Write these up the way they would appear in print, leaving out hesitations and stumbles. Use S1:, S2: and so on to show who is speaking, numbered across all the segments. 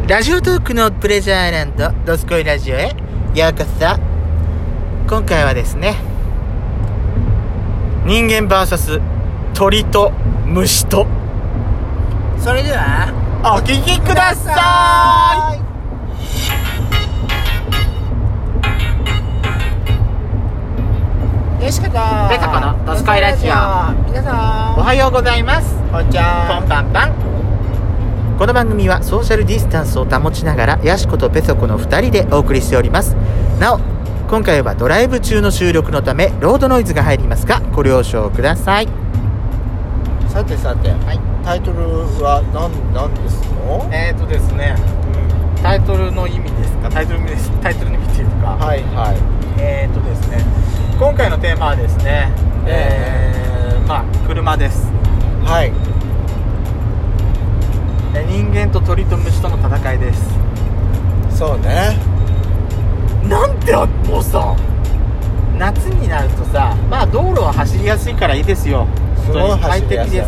S1: ラジオトークのプレジャーアイランドドスコイラジオへようこそ。今回はですね、人間 VS 鳥と虫と、
S2: それでは
S1: お聞きください。
S2: よしかと
S1: ペソコのドスコイラジオ、
S2: 皆さん
S1: おはようございます。
S2: こんにち
S1: パ
S2: は。
S1: ンパンパン。この番組はソーシャルディスタンスを保ちながらヤシコとペソコの2人でお送りしております。なお今回はドライブ中の収録のためロードノイズが入りますがご了承ください。
S2: さて、タイトルは何ですの？
S1: ですね、タイトルの意味ですか？タイトルの意味っていうか、
S2: はいはい。
S1: ですね、今回のテーマはですね、車です。
S2: はい。
S1: 人間と鳥と虫との戦いです。
S2: そうね。
S1: なんてもうさ、夏になるとさ、道路は走りやすいからいいですよ。
S2: すごい走りやすい。
S1: 快適です。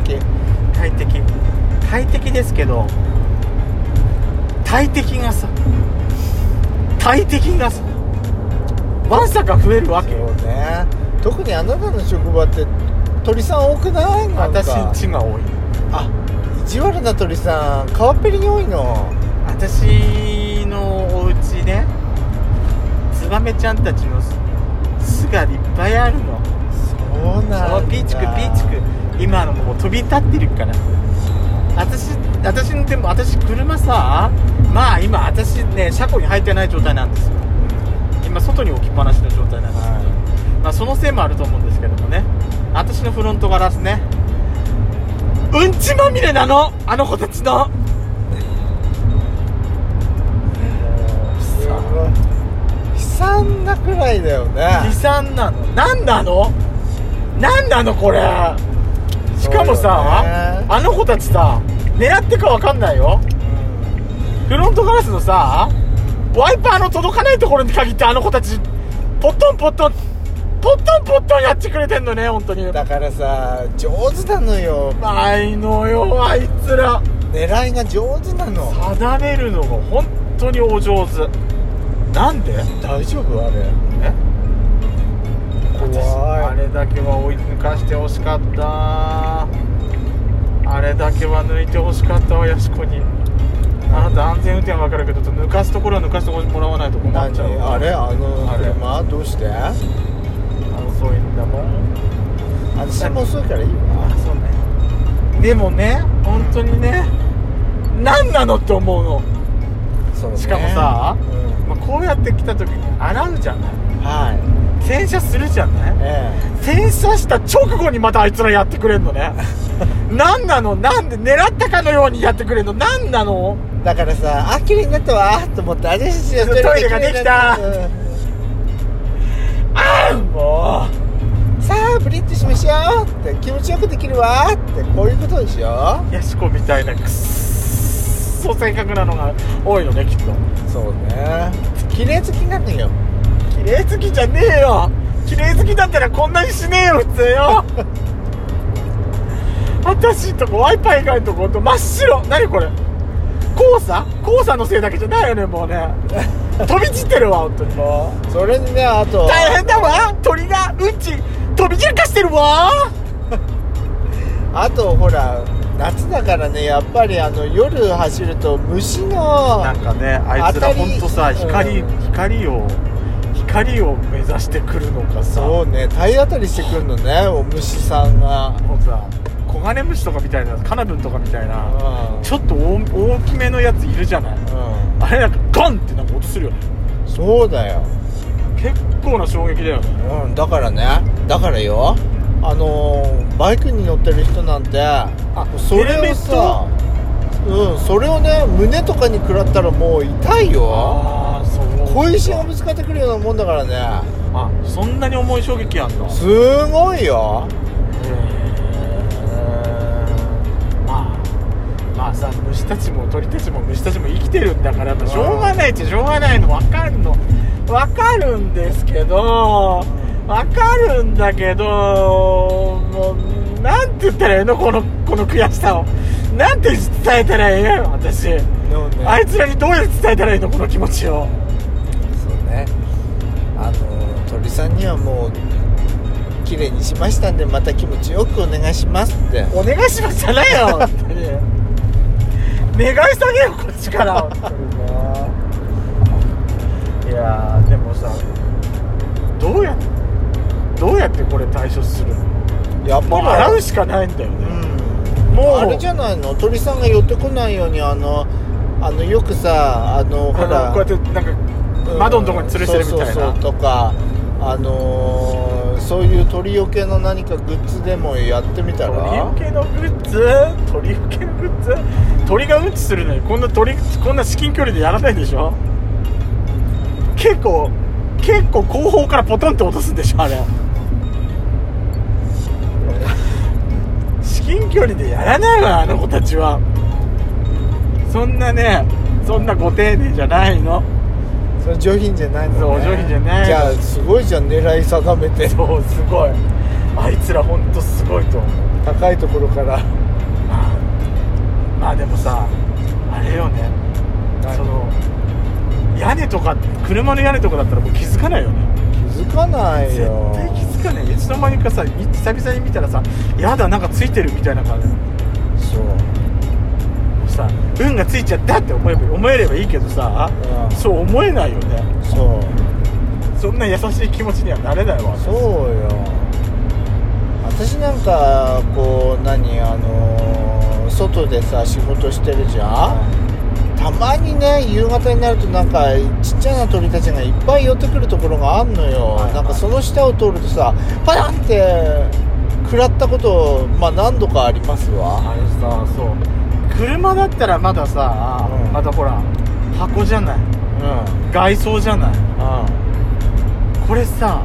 S1: 快適ですけど、大敵がさわんさか増えるわけよ。
S2: そうね。特にあなたの職場って鳥さん多くない？なんか
S1: 私んちが多い。
S2: あ、意地悪な鳥さん川っぺりに多いの。
S1: 私のお家ね、ツバメちゃんたちの巣がいっぱいあるの。
S2: そうなんだ。
S1: ピーチク今のもう飛び立ってるから。私車さ、今私ね、車庫に入ってない状態なんですよ。今外に置きっぱなしの状態なんですけど、そのせいもあると思うんですけどもね、私のフロントガラスね、うんちまみれなの、あの子たちの。
S2: 悲惨なくらいだよね。
S1: 悲惨なの。なんなのこれ。しかもさ、あの子たちさ、狙ってかわかんないよ、フロントガラスのさ、ワイパーの届かないところに限ってあの子たちポットンやってくれてんのね。本当に
S2: だからさ、上手なのよ。
S1: ないのよ、あいつら。
S2: 狙いが上手なの。
S1: 定めるのが本当にお上手。なんで？
S2: 大丈夫？あれ怖い。
S1: あれだけは追い抜かしてほしかった。あれだけは抜いてほしかったわ、ヤシコに。あなた安全運転は分かるけど、抜かすところは抜かしてもらわないと困っちゃう。
S2: あれ車どうして？
S1: 遅いんだもん。
S2: 私も遅いからいいわ。
S1: そうね。でもね、本当にね、何なのって思うの。
S2: そうね。
S1: しかもさ、こうやって来た時に洗うじゃない。
S2: はい。
S1: 洗車するじゃない。洗車した直後にまたあいつらやってくれんのね。何なの？なんで狙ったかのようにやってくれんの？何なの？
S2: だからさ、綺麗になったわと思って、私たちの
S1: トイレができた。も
S2: うさあブリッジしましょうって、気持ちよくできるわって、こういうことでしょ。
S1: ヤシコみたいなくっそ性格なのが多いのね、きっと。
S2: そうね。綺麗好きなのよ。
S1: 綺麗好きじゃねえよ。綺麗好きだったらこんなにしねえよ普通よ。私んとこワイパー以外のとこ真っ白。何これ、黄砂のせいだけじゃないよね、もうね。飛び散ってるわ本当に。も
S2: うそれにね、あと
S1: 大変だわ、鳥がうんち飛び散らかしてるわ。
S2: あとほら、夏だからね、やっぱり夜走ると虫の
S1: なんかね、あいつらほんとさ、光を目指してくるのかさ。
S2: そうね、体当たりしてくるのね、お虫さんが。
S1: もうさ、コガネムシとかみたいな、カナブンとかみたいな、ちょっと大きめのやついるじゃない。あれなんかガンってなんか音するよね。
S2: そうだよ、
S1: 結構な衝撃だよね。
S2: だからよ、バイクに乗ってる人なんて、それをさ、それをね、胸とかに食らったらもう痛いよ。小石がぶつかってくるようなもんだからね。
S1: そんなに重い衝撃あんの？
S2: すごいよ。
S1: さ、虫たちも鳥たちも虫たちも生きてるんだから、しょうがないっちゃしょうがないの分かるんですけど、分かるんだけど、もうなんて言ったらいいの、この悔しさをなんて伝えたらいいの私。
S2: でもね、 ね。
S1: あいつらにどうやって伝えたらいいの、この気持ちを。
S2: そうね。鳥さんにはもう綺麗にしましたんで、また気持ちよくお願いしますって。
S1: お願いしますじゃないよ本当に願い下げよこっちから本当にね。いやでもさ、どうやってこれ対処するの。
S2: やっぱり
S1: もう洗うしかないんだよね、もう
S2: あれじゃないの、鳥さんが寄ってこないようによくさほら
S1: こうやってなんか窓のとこに吊るしてるみたいな、
S2: そうとかそういう鳥よけの何かグッズでもやってみたら。
S1: 鳥よけのグッズ、鳥がうんちするのにこんな至近距離でやらないでしょ。結構後方からポトンって落とすんでしょあれ。至近距離でやらないわあの子たちは。そんなご丁寧じゃないの。
S2: それ上品じゃないのね。
S1: そう上品じゃない。
S2: じゃあすごいじゃん、狙い定めて。
S1: そうすごい、あいつらほんとすごいと思う。
S2: 高いところから
S1: まあでもさ、あれよね、その屋根とか、車の屋根とかだったらもう気づかないよね。
S2: 気づかないよ。
S1: 絶対気づかない。いつの間にかさ、久々に見たらさ、やだなんかついてるみたいな感じ。
S2: そう
S1: さ、運がついちゃったって思えればいいけどさ、そう思えないよね。そんな優しい気持ちにはなれないわ。
S2: そうよ。私なんかこう外でさ仕事してるじゃん、たまにね夕方になるとなんかちっちゃな鳥たちがいっぱい寄ってくるところがあんのよ、なんかその下を通るとさパランって食らったこと何度かありますわ。
S1: あれさ、そう車だったらまださ、またほら箱じゃない、外装じゃない、これさ、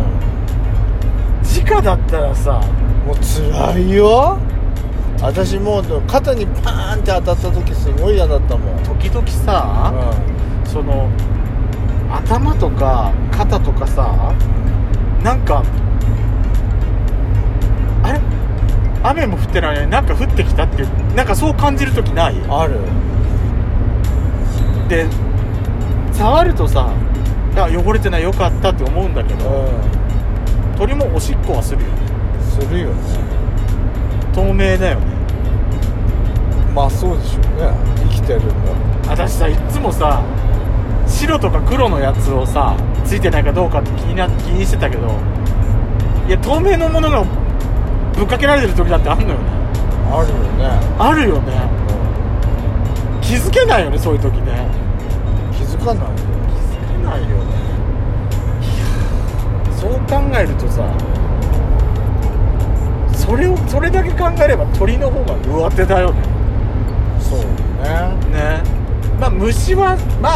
S1: 直だったらさ
S2: もう辛いよ。私もう肩にパーンって当たった時すごい嫌だったもん。
S1: 時々さ、その頭とか肩とかさ、なんかあれ雨も降ってないのになんか降ってきたっていう、なんかそう感じる時ない？
S2: ある。
S1: で触るとさ、汚れてないよかったって思うんだけど、鳥もおしっこはするよね。
S2: するよね。
S1: 透明だよね。
S2: まあそうでしょうね、生きてるんだ。
S1: 私さ、いつもさ白とか黒のやつをさついてないかどうかって気にしてたけど、いや透明のものがぶっかけられてる時だってあるのよね。
S2: あるよね。
S1: あるよね、気づけないよね、そういう時ね。
S2: 気づかないよ。
S1: ないよね。そう考えるとさ、それだけ考えれば鳥の方が上手だよね。
S2: そうね。
S1: 虫は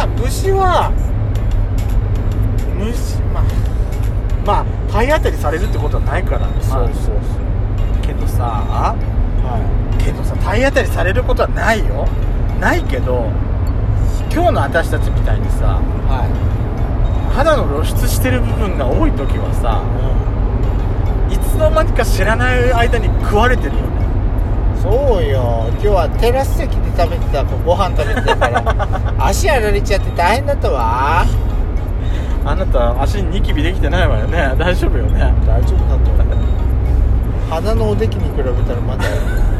S1: 体当たりされるってことはないから。
S2: そう
S1: けどさ、体当たりされることはないよ。ないけど今日の私たちみたいにさ、肌の露出してる部分が多い時はさ、いつの間にか知らない間に食われてるよね。
S2: そうよ。今日はテラス席で食べてたご飯食べてたから足やられちゃって大変だったわ。
S1: あなた足にニキビできてないわよね。大丈夫よね。
S2: 大丈夫だと思う。鼻のおできに比べたらまだ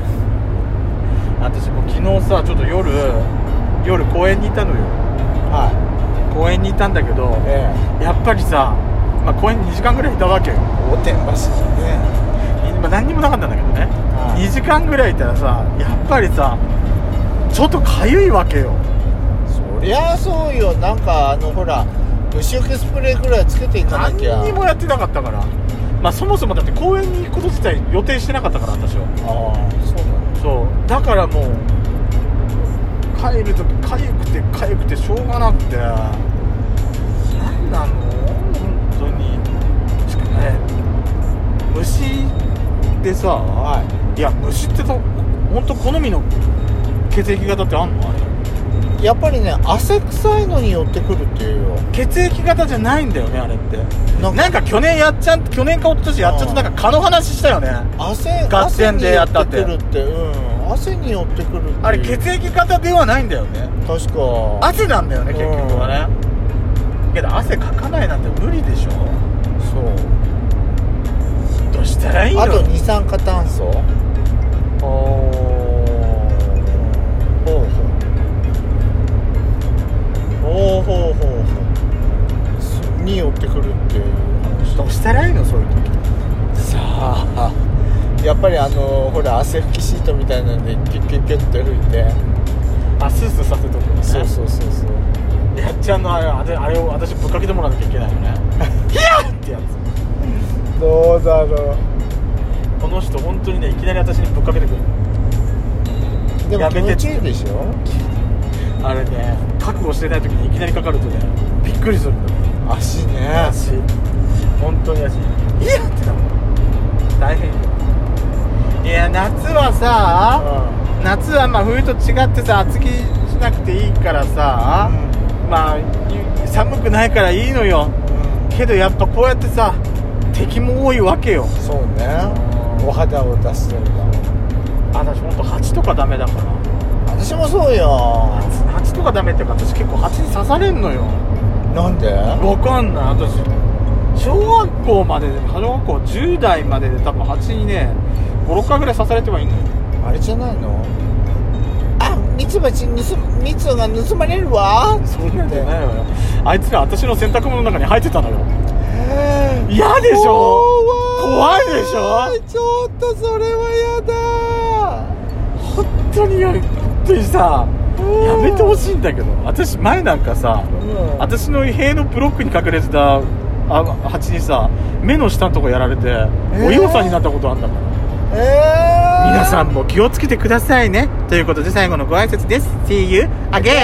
S1: 私も昨日さ、ちょっと夜公園にいたのよ。公園にいたんだけど、やっぱりさ、公園に2時間ぐらいいたわけよ。
S2: おてんばしね。
S1: 何にもなかったんだけどね、2時間ぐらいいたらさ、やっぱりさちょっとかゆいわけよ。
S2: そりゃそうよ。なんかほら虫除けスプレーぐらいつけていかなきゃ。
S1: 何にもやってなかったから、そもそもだって公園に行くこと自体予定してなかったから私は。
S2: そうなの。
S1: そうだからもう帰るときかゆくてしょうがなくて、なんなの本当に。しかもね、虫でさ、いや虫ってさ本当好みの血液型ってあんの？あれ
S2: やっぱりね、汗臭いのに寄ってくるっていうよ。
S1: 血液型じゃないんだよね、あれって。なんか去年か一昨年やっちゃった、なんか蚊の話したよね。
S2: 汗
S1: 合戦でやったって。
S2: 汗に寄ってくるって、 汗によってくるっていう。
S1: あれ血液型ではないんだよね。
S2: 確か
S1: 汗なんだよね結局はね。けど汗かかないなんて無理でしょ。
S2: そう
S1: どうしたらいいの。
S2: あと二酸化炭素
S1: ほう
S2: によってくるっていう話。
S1: どうしたらいいのそういう時。
S2: さあやっぱりほら汗拭きシートみたいなのでキュッキュッキュッて拭いて、
S1: あ、スースーさせとくのね。
S2: そう
S1: やっちゃんのあれを私ぶっかけてもらわなきゃいけないよね。ヒヤッってやつ。
S2: どうだろう。
S1: この人本当にねいきなり私にぶっかけてくる。
S2: でも気持ちいいでしょ。
S1: あれね、覚悟してない時にいきなりかかるとねびっくりするんだよ。
S2: 足ね。
S1: 足本当に足いやってなる。大変よ。いや夏はさ、夏はまあ冬と違ってさ厚着しなくていいからさ、まあ寒くないからいいのよ、けどやっぱこうやってさ敵も多いわけよ。
S2: そうね、お肌を出すんだ。
S1: 私ほんと蜂とかダメだから。
S2: 私もそうよ。
S1: 蜂とかダメっていうか私結構蜂に刺されんのよ。
S2: なんで？
S1: わかんない。私小学校10代までで多分蜂にね 5,6 回ぐらい刺されてはいいのよ。
S2: あれじゃないの？あ、ミツバチ蜜が盗まれるわ。
S1: そんなんじゃないわよ。あいつら私の洗濯物の中に入ってたのよ。嫌でしょ。怖いでしょ。
S2: ちょっとそれは
S1: 本当にさやめてほしいんだけど。私前なんかさ、私の塀のブロックに隠れてた蜂にさ目の下のとこやられて、お岩さんになったことあんだから。皆さんも気をつけてくださいね。ということで最後のご挨拶です。 See you again.